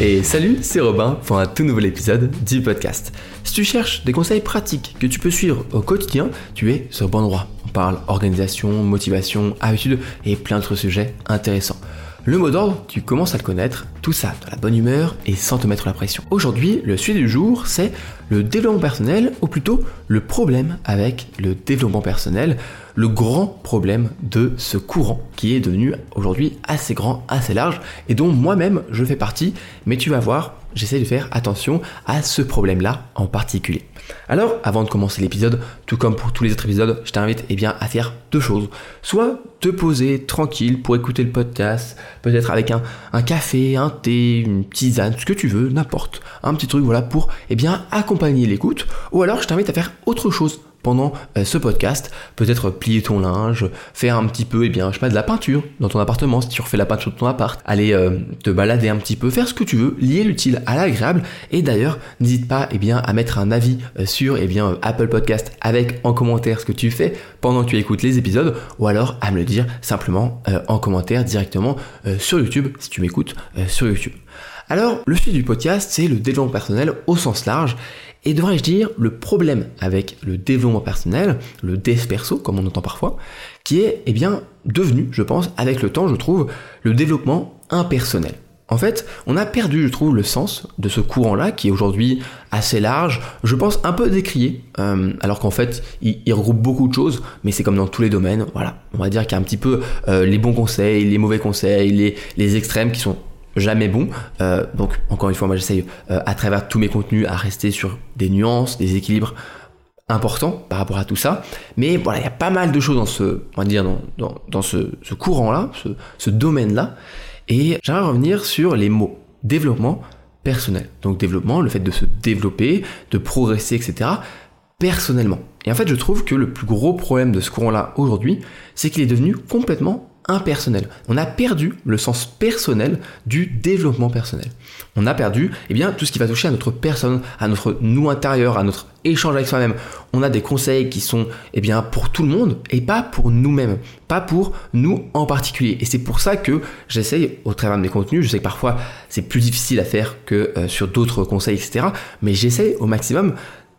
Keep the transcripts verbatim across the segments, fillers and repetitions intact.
Et salut, c'est Robin pour un tout nouvel épisode du podcast. Si tu cherches des conseils pratiques que tu peux suivre au quotidien, tu es sur le bon endroit. On parle organisation, motivation, habitude et plein d'autres sujets intéressants. Le mot d'ordre, tu commences à le connaître, tout ça dans la bonne humeur et sans te mettre la pression. Aujourd'hui, le sujet du jour, c'est le développement personnel, ou plutôt le problème avec le développement personnel, le grand problème de ce courant qui est devenu aujourd'hui assez grand, assez large et dont moi-même je fais partie, mais tu vas voir, j'essaie de faire attention à ce problème-là en particulier. Alors, avant de commencer l'épisode, tout comme pour tous les autres épisodes, je t'invite eh bien, à faire deux choses. Soit te poser tranquille pour écouter le podcast, peut-être avec un, un café, un thé, une tisane, ce que tu veux, n'importe. Un petit truc voilà, pour eh bien, accompagner l'écoute. Ou alors, je t'invite à faire autre chose pendant euh, ce podcast, peut-être plier ton linge, faire un petit peu, eh bien, je sais pas, de la peinture dans ton appartement, si tu refais la peinture de ton appart, aller euh, te balader un petit peu, faire ce que tu veux, lier l'utile à l'agréable, et d'ailleurs, n'hésite pas, eh bien, à mettre un avis euh, sur, eh bien, euh, Apple Podcast avec en commentaire ce que tu fais pendant que tu écoutes les épisodes, ou alors à me le dire simplement euh, en commentaire directement euh, sur YouTube, si tu m'écoutes euh, sur YouTube. Alors, le sujet du podcast, c'est le développement personnel au sens large, et devrais-je dire le problème avec le développement personnel, le dev perso comme on entend parfois, qui est eh bien devenu, je pense, avec le temps, je trouve, le développement impersonnel. En fait, on a perdu, je trouve, le sens de ce courant-là, qui est aujourd'hui assez large, je pense un peu décrié, euh, alors qu'en fait, il, il regroupe beaucoup de choses, mais c'est comme dans tous les domaines, voilà. On va dire qu'il y a un petit peu euh, les bons conseils, les mauvais conseils, les, les extrêmes qui sont jamais bon, euh, donc encore une fois moi j'essaye euh, à travers tous mes contenus à rester sur des nuances, des équilibres importants par rapport à tout ça, mais voilà il y a pas mal de choses dans ce, on va dire dans, dans, dans ce, ce courant-là, ce, ce domaine-là, et j'aimerais revenir sur les mots développement personnel, donc développement, le fait de se développer, de progresser, et cetera personnellement. Et en fait je trouve que le plus gros problème de ce courant-là aujourd'hui, c'est qu'il est devenu complètement impersonnel. On a perdu le sens personnel du développement personnel. On a perdu eh bien, tout ce qui va toucher à notre personne, à notre nous intérieur, à notre échange avec soi-même. On a des conseils qui sont eh bien, pour tout le monde et pas pour nous-mêmes, pas pour nous en particulier. Et c'est pour ça que j'essaye, au travers de mes contenus, je sais que parfois c'est plus difficile à faire que euh, sur d'autres conseils, et cetera. Mais j'essaye au maximum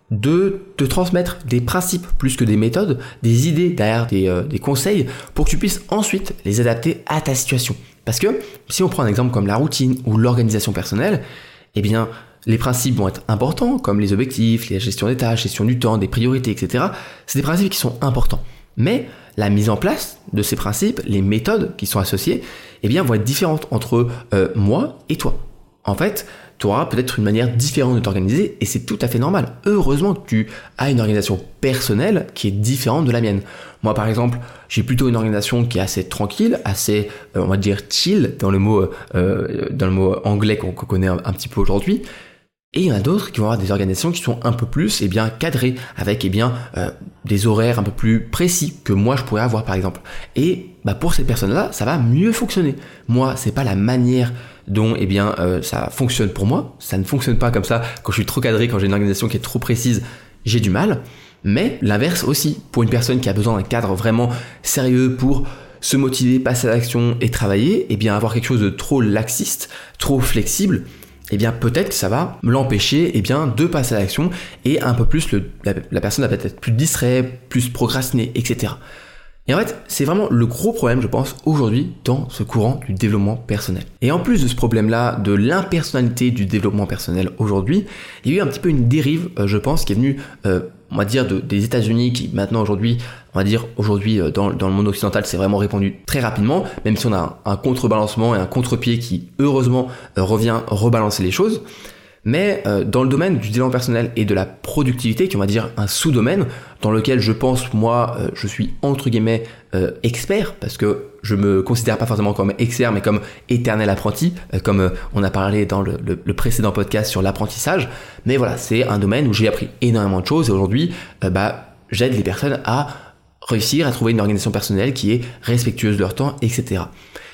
de te transmettre des principes plus que des méthodes, des idées derrière des, euh, des conseils pour que tu puisses ensuite les adapter à ta situation. Parce que si on prend un exemple comme la routine ou l'organisation personnelle, eh bien les principes vont être importants comme les objectifs, la gestion des tâches, gestion du temps, des priorités, et cetera. C'est des principes qui sont importants. Mais la mise en place de ces principes, les méthodes qui sont associées, eh bien vont être différentes entre euh, moi et toi. En fait, tu auras peut-être une manière différente de t'organiser et c'est tout à fait normal. Heureusement que tu as une organisation personnelle qui est différente de la mienne. Moi, par exemple, j'ai plutôt une organisation qui est assez tranquille, assez, euh, on va dire, chill dans le mot, euh, dans le mot anglais qu'on, qu'on connaît un, un petit peu aujourd'hui. Et il y en a d'autres qui vont avoir des organisations qui sont un peu plus eh bien, cadrées, avec eh bien, euh, des horaires un peu plus précis que moi je pourrais avoir par exemple. Et bah, pour ces personnes-là, ça va mieux fonctionner. Moi, c'est pas la manière dont eh bien, euh, ça fonctionne pour moi. Ça ne fonctionne pas comme ça. Quand je suis trop cadré, quand j'ai une organisation qui est trop précise, j'ai du mal. Mais l'inverse aussi, pour une personne qui a besoin d'un cadre vraiment sérieux pour se motiver, passer à l'action et travailler, eh bien avoir quelque chose de trop laxiste, trop flexible, eh bien peut-être que ça va l'empêcher eh bien, de passer à l'action et un peu plus, le, la, la personne va peut-être être plus distraite, plus procrastiner, et cetera. Et en fait, c'est vraiment le gros problème, je pense, aujourd'hui dans ce courant du développement personnel. Et en plus de ce problème-là, de l'impersonnalité du développement personnel aujourd'hui, il y a eu un petit peu une dérive, euh, je pense, qui est venue, euh, on va dire, de, des États-Unis, qui maintenant aujourd'hui, on va dire aujourd'hui euh, dans, dans le monde occidental, c'est vraiment répandu très rapidement, même si on a un, un contrebalancement et un contre-pied qui, heureusement, euh, revient rebalancer les choses. Mais euh, dans le domaine du développement personnel et de la productivité, qui est on va dire un sous-domaine, dans lequel je pense, moi, euh, je suis entre guillemets euh, expert, parce que je me considère pas forcément comme expert, mais comme éternel apprenti, euh, comme euh, on a parlé dans le, le, le précédent podcast sur l'apprentissage. Mais voilà, c'est un domaine où j'ai appris énormément de choses, et aujourd'hui, euh, bah, j'aide les personnes à réussir à trouver une organisation personnelle qui est respectueuse de leur temps, et cetera.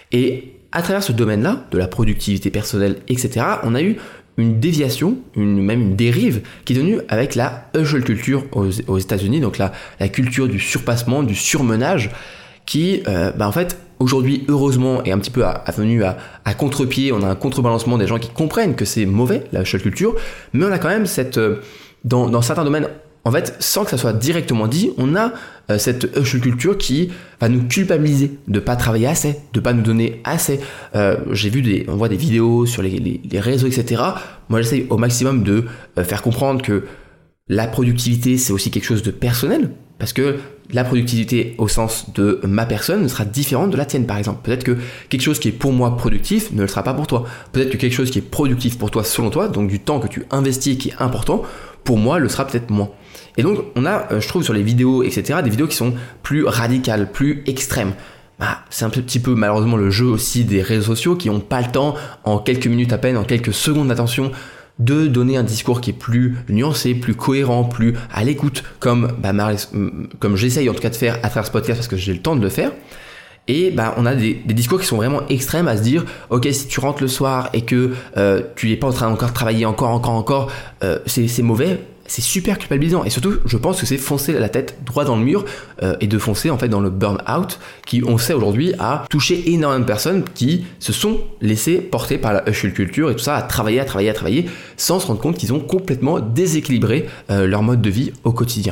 Et à travers ce domaine-là, de la productivité personnelle, et cetera, on a eu une déviation, une, même une dérive qui est devenue avec la hustle culture aux, aux États-Unis, donc la, la culture du surpassement, du surmenage, qui, euh, bah, en fait, aujourd'hui, heureusement, est un petit peu à, à venu à, à contre-pied. On a un contrebalancement des gens qui comprennent que c'est mauvais, la hustle culture, mais on a quand même cette, euh, dans, dans certains domaines, en fait, sans que ça soit directement dit, on a euh, cette hustle culture qui va nous culpabiliser de pas travailler assez, de pas nous donner assez. Euh, j'ai vu des, on voit des vidéos sur les, les, les réseaux, et cetera. Moi, j'essaye au maximum de euh, faire comprendre que la productivité, c'est aussi quelque chose de personnel, parce que la productivité au sens de ma personne sera différente de la tienne, par exemple. Peut-être que quelque chose qui est pour moi productif ne le sera pas pour toi. Peut-être que quelque chose qui est productif pour toi, selon toi, donc du temps que tu investis qui est important, pour moi, le sera peut-être moins. Et donc, on a, euh, je trouve, sur les vidéos, et cetera, des vidéos qui sont plus radicales, plus extrêmes. Bah, c'est un petit peu, malheureusement, le jeu aussi des réseaux sociaux qui n'ont pas le temps, en quelques minutes à peine, en quelques secondes d'attention, de donner un discours qui est plus nuancé, plus cohérent, plus à l'écoute, comme, bah, comme j'essaye en tout cas de faire à travers ce podcast parce que j'ai le temps de le faire. Et bah, on a des, des discours qui sont vraiment extrêmes à se dire, ok, si tu rentres le soir et que euh, tu n'es pas en train encore de travailler encore, encore, encore, euh, c'est, c'est mauvais. C'est super culpabilisant et surtout je pense que c'est foncer la tête droit dans le mur euh, et de foncer en fait dans le burn-out qui on sait aujourd'hui a touché énormément de personnes qui se sont laissées porter par la hustle culture et tout ça, à travailler, à travailler, à travailler sans se rendre compte qu'ils ont complètement déséquilibré euh, leur mode de vie au quotidien.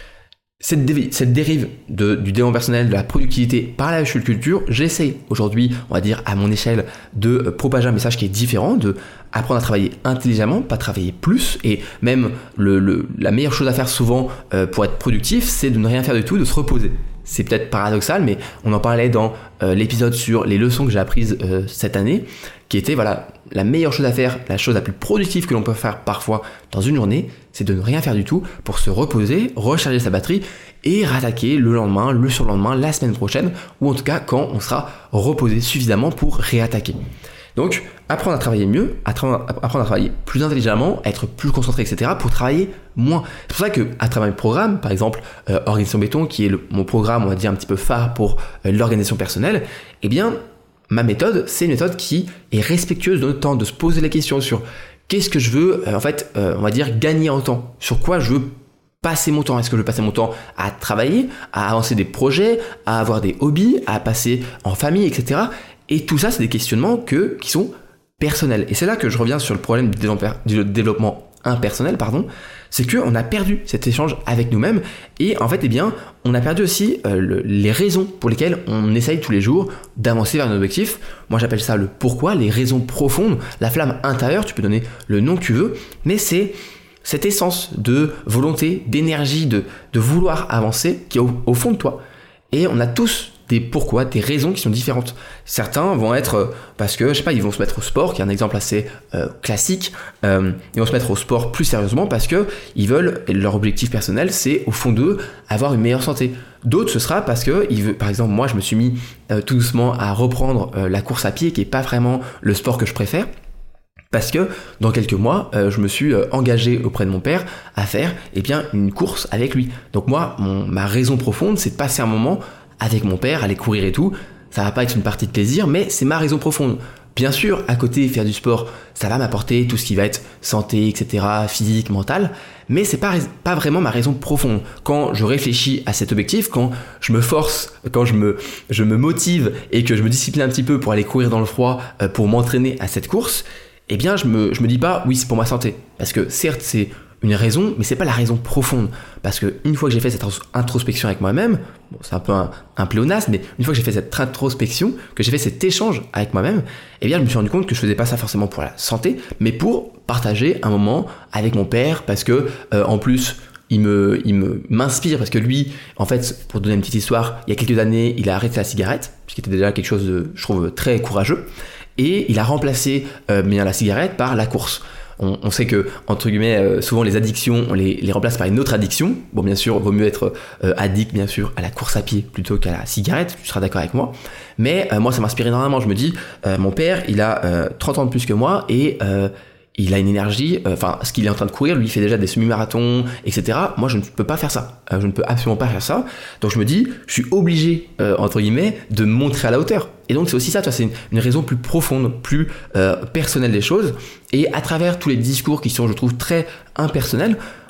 Cette, dé- cette dérive de, du développement personnel, de la productivité par la hustle culture, j'essaie aujourd'hui, on va dire à mon échelle, de euh, propager un message qui est différent, de apprendre à travailler intelligemment, pas travailler plus, et même le, le, la meilleure chose à faire souvent euh, pour être productif, c'est de ne rien faire du tout, de se reposer. C'est peut-être paradoxal, mais on en parlait dans euh, l'épisode sur les leçons que j'ai apprises euh, cette année, qui était voilà la meilleure chose à faire, la chose la plus productive que l'on peut faire parfois dans une journée, c'est de ne rien faire du tout pour se reposer, recharger sa batterie et rattaquer le lendemain, le surlendemain, la semaine prochaine, ou en tout cas quand on sera reposé suffisamment pour réattaquer. Donc, apprendre à travailler mieux, apprendre à travailler plus intelligemment, être plus concentré, et cetera pour travailler moins. C'est pour ça que à travers mes programmes, par exemple, euh, Organisation Béton, qui est le, mon programme, on va dire, un petit peu phare pour euh, l'organisation personnelle, eh bien, ma méthode, c'est une méthode qui est respectueuse de notre temps, de se poser la question sur qu'est-ce que je veux, euh, en fait, euh, on va dire, gagner en temps, sur quoi je veux passer mon temps. Est-ce que je veux passer mon temps à travailler, à avancer des projets, à avoir des hobbies, à passer en famille, et cetera. Et tout ça, c'est des questionnements que, qui sont personnels. Et c'est là que je reviens sur le problème du développement impersonnel, pardon. C'est qu'on a perdu cet échange avec nous-mêmes. Et en fait, eh bien, on a perdu aussi euh, le, les raisons pour lesquelles on essaye tous les jours d'avancer vers nos objectifs. Moi, j'appelle ça le pourquoi, les raisons profondes, la flamme intérieure. Tu peux donner le nom que tu veux. Mais c'est cette essence de volonté, d'énergie, de, de vouloir avancer qui est au, au fond de toi. Et on a tous des pourquoi, des raisons qui sont différentes. Certains vont être parce que, je sais pas, ils vont se mettre au sport, qui est un exemple assez euh, classique. Euh, ils vont se mettre au sport plus sérieusement parce que ils veulent, et leur objectif personnel, c'est au fond d'eux avoir une meilleure santé. D'autres, ce sera parce que, ils veulent, par exemple, moi, je me suis mis euh, tout doucement à reprendre euh, la course à pied, qui est pas vraiment le sport que je préfère. Parce que dans quelques mois, euh, je me suis euh, engagé auprès de mon père à faire eh bien, une course avec lui. Donc moi, mon, ma raison profonde, c'est de passer un moment avec mon père, aller courir et tout. Ça va pas être une partie de plaisir, mais c'est ma raison profonde. Bien sûr, à côté, faire du sport, ça va m'apporter tout ce qui va être santé, et cetera, physique, mental, mais c'est pas, pas vraiment ma raison profonde. Quand je réfléchis à cet objectif, quand je me force, quand je me, je me motive et que je me discipline un petit peu pour aller courir dans le froid, euh, pour m'entraîner à cette course, eh bien, je me, je me dis pas, oui, c'est pour ma santé. Parce que certes, c'est une raison, mais c'est pas la raison profonde. Parce que une fois que j'ai fait cette introspection avec moi-même, bon, c'est un peu un, un pléonasme, mais une fois que j'ai fait cette introspection, que j'ai fait cet échange avec moi-même, eh bien, je me suis rendu compte que je faisais pas ça forcément pour la santé, mais pour partager un moment avec mon père, parce que, euh, en plus, il me, il me, m'inspire, parce que lui, en fait, pour donner une petite histoire, il y a quelques années, il a arrêté la cigarette, ce qui était déjà quelque chose de, je trouve, très courageux, et il a remplacé, euh, bien la cigarette par la course. On, on sait que, entre guillemets, euh, souvent les addictions, on les, les remplace par une autre addiction. Bon, bien sûr, il vaut mieux être euh, addict, bien sûr, à la course à pied plutôt qu'à la cigarette, tu seras d'accord avec moi. Mais euh, moi, ça m'inspire énormément. Je me dis, euh, mon père, il a euh, trente ans de plus que moi et euh, il a une énergie, enfin, euh, ce qu'il est en train de courir, lui, il fait déjà des semi-marathons, et cetera. Moi, je ne peux pas faire ça. Euh, je ne peux absolument pas faire ça. Donc, je me dis, je suis obligé, euh, entre guillemets, de me montrer à la hauteur. Et donc, c'est aussi ça, tu vois, c'est une, une raison plus profonde, plus euh, personnelle des choses. Et à travers tous les discours qui sont, je trouve, très impersonnels,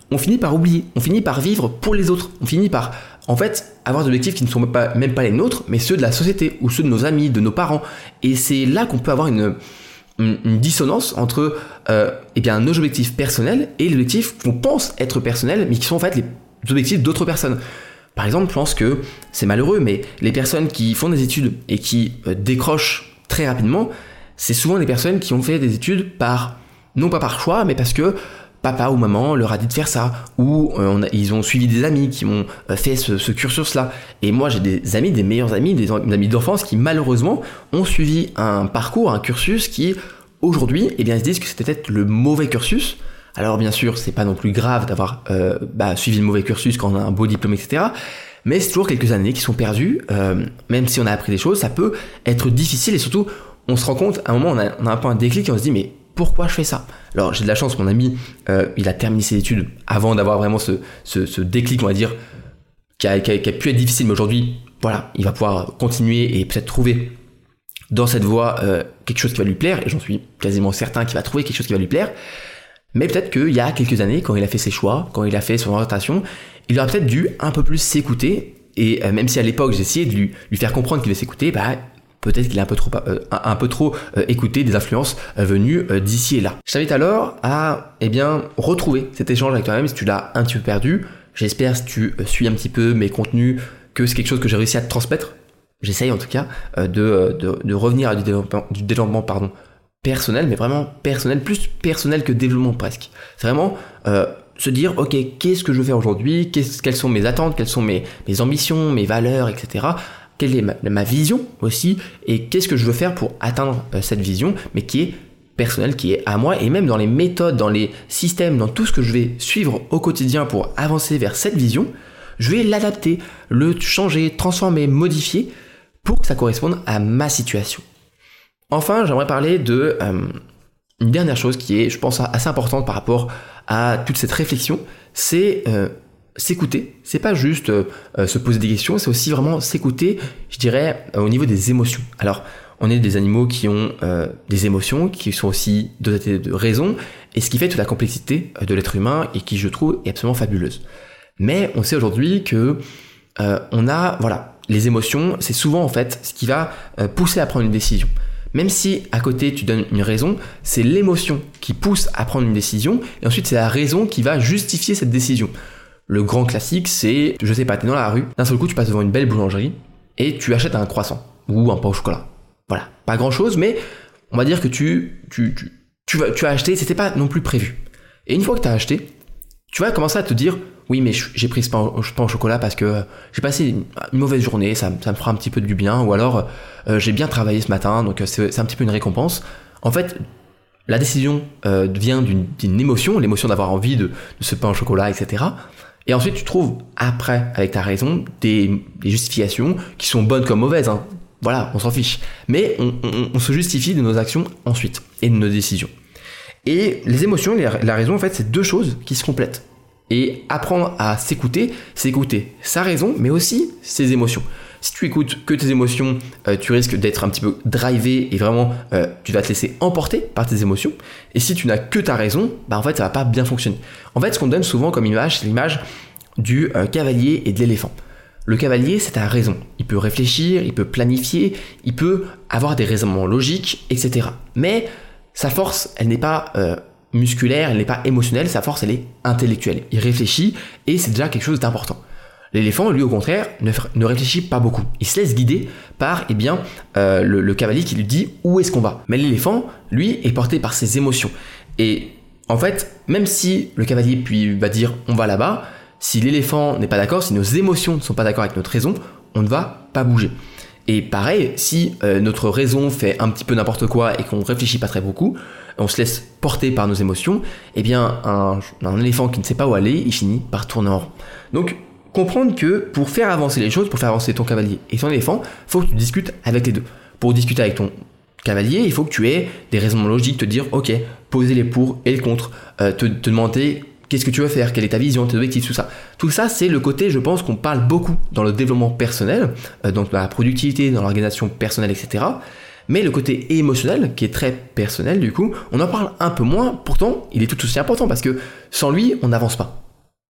on finit par oublier, on finit par vivre pour les autres, on finit par, en fait, avoir des objectifs qui ne sont même pas, même pas les nôtres, mais ceux de la société, ou ceux de nos amis, de nos parents. Et c'est là qu'on peut avoir une, une, une dissonance entre euh, eh bien, nos objectifs personnels et les objectifs qu'on pense être personnels, mais qui sont en fait les objectifs d'autres personnes. Par exemple, je pense que c'est malheureux, mais les personnes qui font des études et qui euh, décrochent très rapidement, c'est souvent des personnes qui ont fait des études par, non pas par choix, mais parce que papa ou maman leur a dit de faire ça, ou euh, on a, ils ont suivi des amis qui ont euh, fait ce, ce cursus-là. Et moi, j'ai des amis, des meilleurs amis, des, des amis d'enfance qui malheureusement ont suivi un parcours, un cursus qui, aujourd'hui, eh bien, ils se disent que c'était peut-être le mauvais cursus. Alors bien sûr, c'est pas non plus grave d'avoir euh, bah, suivi le mauvais cursus quand on a un beau diplôme, et cetera. Mais c'est toujours quelques années qui sont perdues. Euh, même si on a appris des choses, ça peut être difficile et surtout, on se rend compte, à un moment, on a, on a un peu un déclic et on se dit, mais pourquoi je fais ça? Alors j'ai de la chance, mon ami, euh, il a terminé ses études avant d'avoir vraiment ce, ce, ce déclic, on va dire, qui a, qui, a, qui a pu être difficile, mais aujourd'hui, voilà, il va pouvoir continuer et peut-être trouver dans cette voie euh, quelque chose qui va lui plaire, et j'en suis quasiment certain qu'il va trouver quelque chose qui va lui plaire. Mais peut-être qu'il y a quelques années, quand il a fait ses choix, quand il a fait son orientation, il aurait peut-être dû un peu plus s'écouter, et euh, même si à l'époque j'ai essayé de lui, lui faire comprendre qu'il devait s'écouter, bah peut-être qu'il a un peu trop, euh, un, un peu trop euh, écouté des influences euh, venues euh, d'ici et là. Je t'invite alors à eh bien, retrouver cet échange avec toi-même si tu l'as un petit peu perdu. J'espère, si tu euh, suis un petit peu mes contenus, que c'est quelque chose que j'ai réussi à te transmettre. J'essaye en tout cas euh, de, de, de revenir à du développement, du développement pardon, personnel, mais vraiment personnel, plus personnel que développement presque. C'est vraiment euh, se dire, ok, qu'est-ce que je veux faire aujourd'hui, qu'est-ce, quelles sont mes attentes, quelles sont mes, mes ambitions, mes valeurs, et cetera. Quelle est ma, ma vision aussi, et qu'est-ce que je veux faire pour atteindre euh, cette vision, mais qui est personnelle, qui est à moi, et même dans les méthodes, dans les systèmes, dans tout ce que je vais suivre au quotidien pour avancer vers cette vision, je vais l'adapter, le changer, transformer, modifier pour que ça corresponde à ma situation. Enfin, j'aimerais parler de euh, une dernière chose qui est, je pense, assez importante par rapport à toute cette réflexion, c'est euh, s'écouter. C'est pas juste euh, se poser des questions, c'est aussi vraiment s'écouter, je dirais, euh, au niveau des émotions. Alors, on est des animaux qui ont euh, des émotions, qui sont aussi dotés de raison, et ce qui fait toute la complexité de l'être humain et qui, je trouve, est absolument fabuleuse. Mais on sait aujourd'hui que euh, on a, voilà, les émotions, c'est souvent en fait ce qui va euh, pousser à prendre une décision. Même si à côté tu donnes une raison, c'est l'émotion qui pousse à prendre une décision, et ensuite c'est la raison qui va justifier cette décision. Le grand classique, c'est, je sais pas, t'es dans la rue, d'un seul coup tu passes devant une belle boulangerie et tu achètes un croissant ou un pain au chocolat. Voilà, pas grand chose, mais on va dire que tu, tu, tu, tu, vas, tu as acheté, c'était pas non plus prévu. Et une fois que tu as acheté, tu vas commencer à te dire, oui, mais j'ai pris ce pain au, pain au chocolat parce que j'ai passé une, une mauvaise journée, ça, ça me fera un petit peu du bien, ou alors euh, j'ai bien travaillé ce matin, donc c'est, c'est un petit peu une récompense. En fait, la décision euh, vient d'une, d'une émotion, l'émotion d'avoir envie de, de ce pain au chocolat, et cetera. Et ensuite, tu trouves après, avec ta raison, des, des justifications qui sont bonnes comme mauvaises. Hein. Voilà, on s'en fiche. Mais on, on, on se justifie de nos actions ensuite et de nos décisions. Et les émotions et la raison, en fait, c'est deux choses qui se complètent. Et apprendre à s'écouter, c'est écouter sa raison, mais aussi ses émotions. Si tu écoutes que tes émotions, euh, tu risques d'être un petit peu drivé et vraiment, euh, tu vas te laisser emporter par tes émotions. Et si tu n'as que ta raison, bah en fait, ça va pas bien fonctionner. En fait, ce qu'on donne souvent comme image, c'est l'image du euh, cavalier et de l'éléphant. Le cavalier, c'est ta raison. Il peut réfléchir, il peut planifier, il peut avoir des raisonnements logiques, et cetera. Mais sa force, elle n'est pas euh, musculaire, elle n'est pas émotionnelle, sa force, elle est intellectuelle. Il réfléchit et c'est déjà quelque chose d'important. L'éléphant, lui, au contraire, ne, ne réfléchit pas beaucoup. Il se laisse guider par eh bien, euh, le, le cavalier qui lui dit où est-ce qu'on va. Mais l'éléphant, lui, est porté par ses émotions. Et en fait, même si le cavalier puis va dire on va là-bas, si l'éléphant n'est pas d'accord, si nos émotions ne sont pas d'accord avec notre raison, on ne va pas bouger. Et pareil, si euh, notre raison fait un petit peu n'importe quoi et qu'on ne réfléchit pas très beaucoup, on se laisse porter par nos émotions, eh bien un, un éléphant qui ne sait pas où aller, il finit par tourner en rond. Donc comprendre que pour faire avancer les choses, pour faire avancer ton cavalier et ton éléphant, il faut que tu discutes avec les deux. Pour discuter avec ton cavalier, il faut que tu aies des raisons logiques, te dire ok, poser les pour et les contre, euh, te, te demander qu'est-ce que tu veux faire, quelle est ta vision, tes objectifs, tout ça. Tout ça, c'est le côté, je pense, qu'on parle beaucoup dans le développement personnel, euh, donc dans la productivité, dans l'organisation personnelle, et cetera. Mais le côté émotionnel, qui est très personnel du coup, on en parle un peu moins, pourtant il est tout aussi important parce que sans lui, on n'avance pas.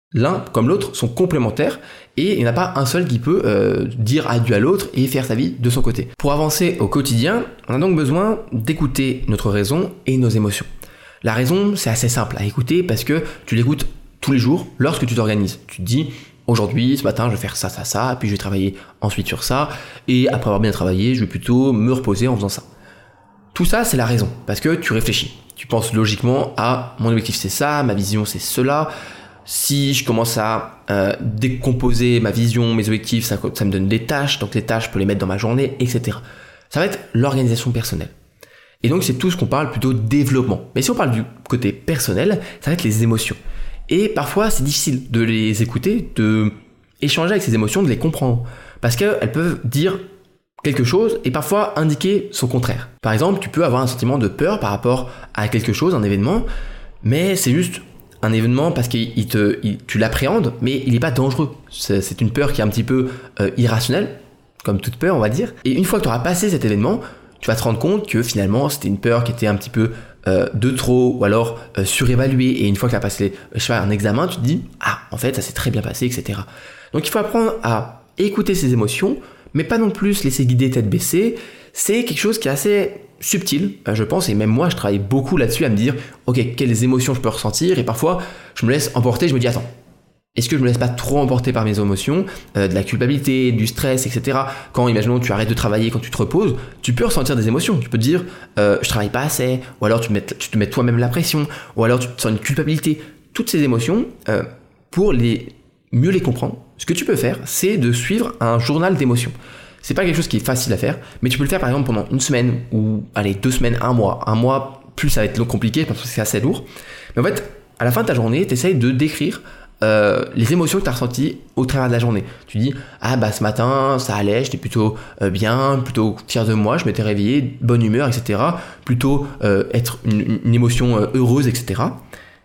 L'un comme l'autre sont complémentaires et il n'y en a pas un seul qui peut euh, dire adieu à l'autre et faire sa vie de son côté. Pour avancer au quotidien, on a donc besoin d'écouter notre raison et nos émotions. La raison, c'est assez simple à écouter parce que tu l'écoutes tous les jours lorsque tu t'organises. Tu te dis, aujourd'hui, ce matin, je vais faire ça, ça, ça, puis je vais travailler ensuite sur ça, et après avoir bien travaillé, je vais plutôt me reposer en faisant ça. Tout ça, c'est la raison, parce que tu réfléchis. Tu penses logiquement à mon objectif, c'est ça, ma vision, c'est cela. Si je commence à euh, décomposer ma vision, mes objectifs, ça, ça me donne des tâches, donc les tâches, je peux les mettre dans ma journée, et cetera. Ça va être l'organisation personnelle. Et donc, c'est tout ce qu'on parle plutôt développement. Mais si on parle du côté personnel, ça va être les émotions. Et parfois, c'est difficile de les écouter, de échanger avec ces émotions, de les comprendre. Parce qu'elles peuvent dire quelque chose et parfois indiquer son contraire. Par exemple, tu peux avoir un sentiment de peur par rapport à quelque chose, un événement, mais c'est juste un événement parce que il te, il, tu l'appréhendes, mais il n'est pas dangereux. C'est, c'est une peur qui est un petit peu euh, irrationnelle, comme toute peur, on va dire. Et une fois que tu auras passé cet événement, tu vas te rendre compte que finalement, c'était une peur qui était un petit peu euh, de trop ou alors euh, surévaluée. Et une fois que tu as passé je sais pas, un examen, tu te dis « Ah, en fait, ça s'est très bien passé, et cetera » Donc, il faut apprendre à écouter ses émotions, mais pas non plus laisser guider tête baissée. C'est quelque chose qui est assez subtil, je pense, et même moi, je travaille beaucoup là-dessus à me dire « Ok, quelles émotions je peux ressentir ?» Et parfois, je me laisse emporter, je me dis « Attends, est-ce que je me laisse pas trop emporter par mes émotions, euh, de la culpabilité, du stress, et cetera » Quand, imaginons, tu arrêtes de travailler, quand tu te reposes, tu peux ressentir des émotions. Tu peux te dire euh, « Je travaille pas assez », ou alors tu, mets, tu te mets toi-même la pression, ou alors tu te sens une culpabilité. Toutes ces émotions, euh, pour les, mieux les comprendre, ce que tu peux faire, c'est de suivre un journal d'émotions. C'est pas quelque chose qui est facile à faire, mais tu peux le faire par exemple pendant une semaine, ou allez, deux semaines, un mois. Un mois, plus ça va être compliqué parce que c'est assez lourd. Mais en fait, à la fin de ta journée, tu essayes de décrire Euh, les émotions que tu as ressenties au travers de la journée. Tu dis ah bah ce matin ça allait, j'étais plutôt euh, bien, plutôt fier de moi, je m'étais réveillé, bonne humeur, et cetera. Plutôt euh, être une, une émotion euh, heureuse, et cetera.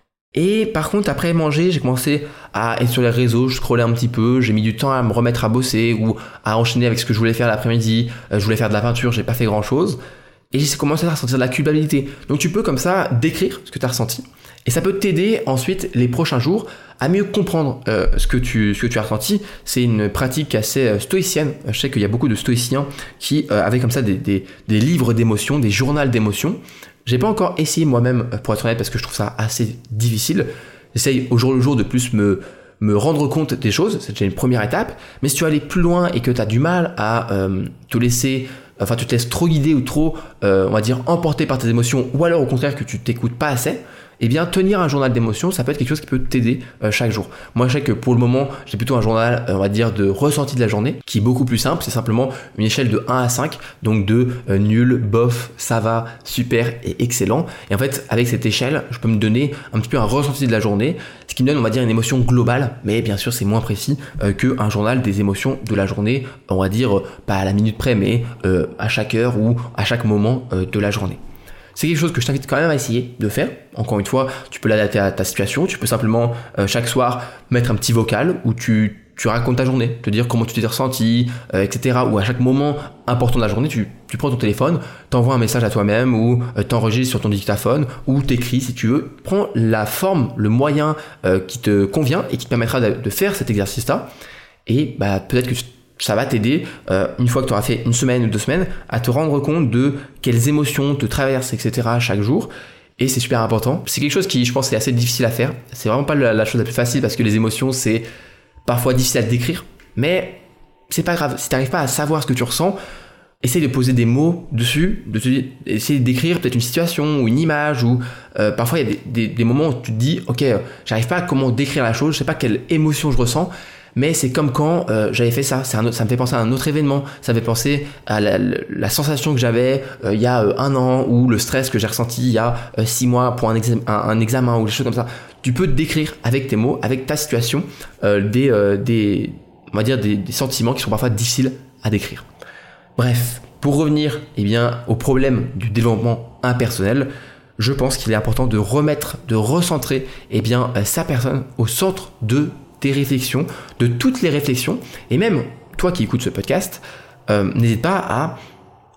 Et par contre après manger, j'ai commencé à être sur les réseaux, je scrollais un petit peu, j'ai mis du temps à me remettre à bosser ou à enchaîner avec ce que je voulais faire l'après-midi. Euh, je voulais faire de la peinture, j'ai pas fait grand chose. Et j'ai commencé à ressentir de la culpabilité. Donc tu peux comme ça décrire ce que tu as ressenti. Et ça peut t'aider ensuite les prochains jours à mieux comprendre euh, ce, que tu, ce que tu as ressenti. C'est une pratique assez euh, stoïcienne. Je sais qu'il y a beaucoup de stoïciens qui euh, avaient comme ça des, des, des livres d'émotions, des journaux d'émotions. J'ai pas encore essayé moi-même, pour être honnête, parce que je trouve ça assez difficile. J'essaye au jour le jour de plus me, me rendre compte des choses. C'est déjà une première étape. Mais si tu veux aller plus loin et que tu as du mal à euh, te laisser... Enfin, tu te laisses trop guider ou trop, euh, on va dire, emporter par tes émotions, ou alors au contraire que tu t'écoutes pas assez, eh bien, tenir un journal d'émotions, ça peut être quelque chose qui peut t'aider euh, chaque jour. Moi, je sais que pour le moment, j'ai plutôt un journal, euh, on va dire, de ressenti de la journée, qui est beaucoup plus simple. C'est simplement une échelle de un à cinq, donc de euh, nul, bof, ça va, super et excellent. Et en fait, avec cette échelle, je peux me donner un petit peu un ressenti de la journée, ce qui me donne, on va dire, une émotion globale, mais bien sûr, c'est moins précis euh, qu'un journal des émotions de la journée, on va dire, euh, pas à la minute près, mais euh, à chaque heure ou à chaque moment euh, de la journée. C'est quelque chose que je t'invite quand même à essayer de faire. Encore une fois, tu peux l'adapter à ta situation. Tu peux simplement, euh, chaque soir, mettre un petit vocal où tu, tu racontes ta journée, te dire comment tu t'es ressenti, euh, et cetera. Ou à chaque moment important de la journée, tu, tu prends ton téléphone, t'envoies un message à toi-même ou euh, t'enregistres sur ton dictaphone ou t'écris si tu veux. Prends la forme, le moyen euh, qui te convient et qui te permettra de, de faire cet exercice-là. Et bah, peut-être que tu ça va t'aider, euh, une fois que tu auras fait une semaine ou deux semaines, à te rendre compte de quelles émotions te traversent, et cetera chaque jour. Et c'est super important. C'est quelque chose qui, je pense, est assez difficile à faire. C'est vraiment pas la, la chose la plus facile parce que les émotions, c'est parfois difficile à décrire. Mais c'est pas grave. Si tu n'arrives pas à savoir ce que tu ressens, essaye de poser des mots dessus, de te, essayer de décrire peut-être une situation ou une image. Ou euh, parfois, il y a des, des, des moments où tu te dis, ok, euh, j'arrive pas à comment décrire la chose, je sais pas quelle émotion je ressens. Mais c'est comme quand euh, j'avais fait ça, c'est un autre, ça me fait penser à un autre événement, ça me fait penser à la, la, la sensation que j'avais euh, il y a euh, un an ou le stress que j'ai ressenti il y a euh, six mois pour un, exam, un, un examen ou des choses comme ça. Tu peux te décrire avec tes mots, avec ta situation, euh, des, euh, des, on va dire des, des sentiments qui sont parfois difficiles à décrire. Bref, pour revenir eh bien, au problème du développement impersonnel, je pense qu'il est important de remettre, de recentrer eh bien, euh, sa personne au centre de tes réflexions, de toutes les réflexions, et même toi qui écoutes ce podcast, euh, n'hésite pas à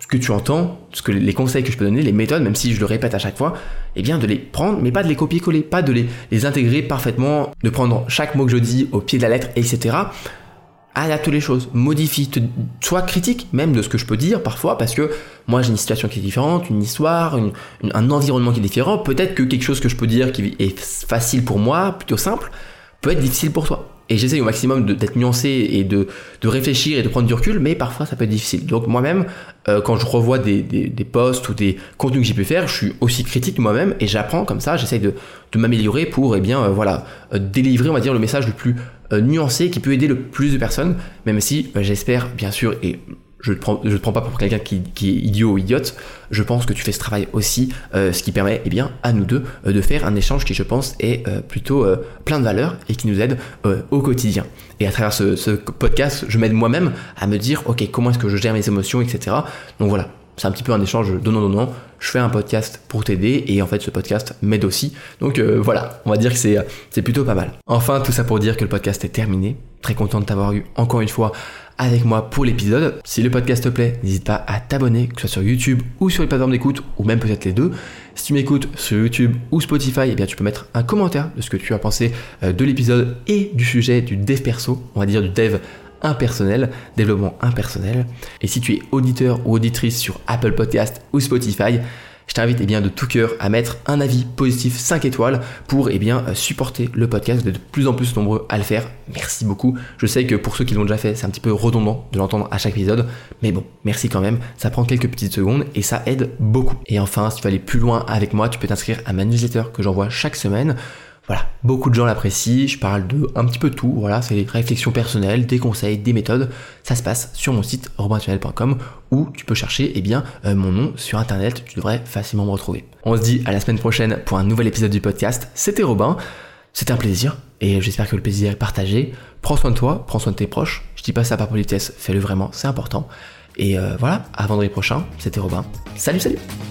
ce que tu entends, ce que les conseils que je peux donner, les méthodes, même si je le répète à chaque fois, eh bien de les prendre, mais pas de les copier-coller, pas de les, les intégrer parfaitement, de prendre chaque mot que je dis au pied de la lettre, et cetera. Adapte les choses, modifie, te, sois critique même de ce que je peux dire parfois, parce que moi j'ai une situation qui est différente, une histoire, une, une, un environnement qui est différent. Peut-être que quelque chose que je peux dire qui est facile pour moi, plutôt simple, peut être difficile pour toi. Et j'essaye au maximum de, d'être nuancé et de, de réfléchir et de prendre du recul, mais parfois ça peut être difficile. Donc moi-même, euh, quand je revois des, des, des posts ou des contenus que j'ai pu faire, je suis aussi critique moi-même et j'apprends comme ça, j'essaye de, de m'améliorer pour eh bien, euh, voilà, euh, délivrer on va dire, le message le plus euh, nuancé qui peut aider le plus de personnes, même si euh, j'espère bien sûr, et je ne te prends, je te prends pas pour quelqu'un qui, qui est idiot ou idiote, je pense que tu fais ce travail aussi, euh, ce qui permet eh bien, à nous deux euh, de faire un échange qui je pense est euh, plutôt euh, plein de valeur et qui nous aide euh, au quotidien. Et à travers ce, ce podcast, je m'aide moi-même à me dire ok, comment est-ce que je gère mes émotions, et cetera. Donc voilà, c'est un petit peu un échange donnant-donnant. Je fais un podcast pour t'aider et en fait ce podcast m'aide aussi. Donc euh, voilà, on va dire que c'est, c'est plutôt pas mal. Enfin, tout ça pour dire que le podcast est terminé. Très content de t'avoir eu encore une fois avec moi pour l'épisode. Si le podcast te plaît, n'hésite pas à t'abonner, que ce soit sur YouTube ou sur les plateformes d'écoute, ou même peut-être les deux. Si tu m'écoutes sur YouTube ou Spotify, eh bien tu peux mettre un commentaire de ce que tu as pensé de l'épisode et du sujet du dev perso, on va dire du dev impersonnel, développement impersonnel. Et si tu es auditeur ou auditrice sur Apple Podcast ou Spotify, je t'invite eh bien, de tout cœur à mettre un avis positif cinq étoiles pour eh bien, supporter le podcast. Vous êtes de plus en plus nombreux à le faire. Merci beaucoup. Je sais que pour ceux qui l'ont déjà fait, c'est un petit peu redondant de l'entendre à chaque épisode. Mais bon, merci quand même. Ça prend quelques petites secondes et ça aide beaucoup. Et enfin, si tu veux aller plus loin avec moi, tu peux t'inscrire à ma newsletter que j'envoie chaque semaine. Voilà, beaucoup de gens l'apprécient, je parle de un petit peu tout, voilà, c'est des réflexions personnelles, des conseils, des méthodes, ça se passe sur mon site robin tunnel point com où tu peux chercher eh bien, euh, mon nom sur internet, tu devrais facilement me retrouver. On se dit à la semaine prochaine pour un nouvel épisode du podcast, c'était Robin, c'était un plaisir et j'espère que le plaisir est partagé. Prends soin de toi, prends soin de tes proches, je dis pas ça par politesse, fais-le vraiment, c'est important. Et euh, voilà, à vendredi prochain, c'était Robin, salut salut.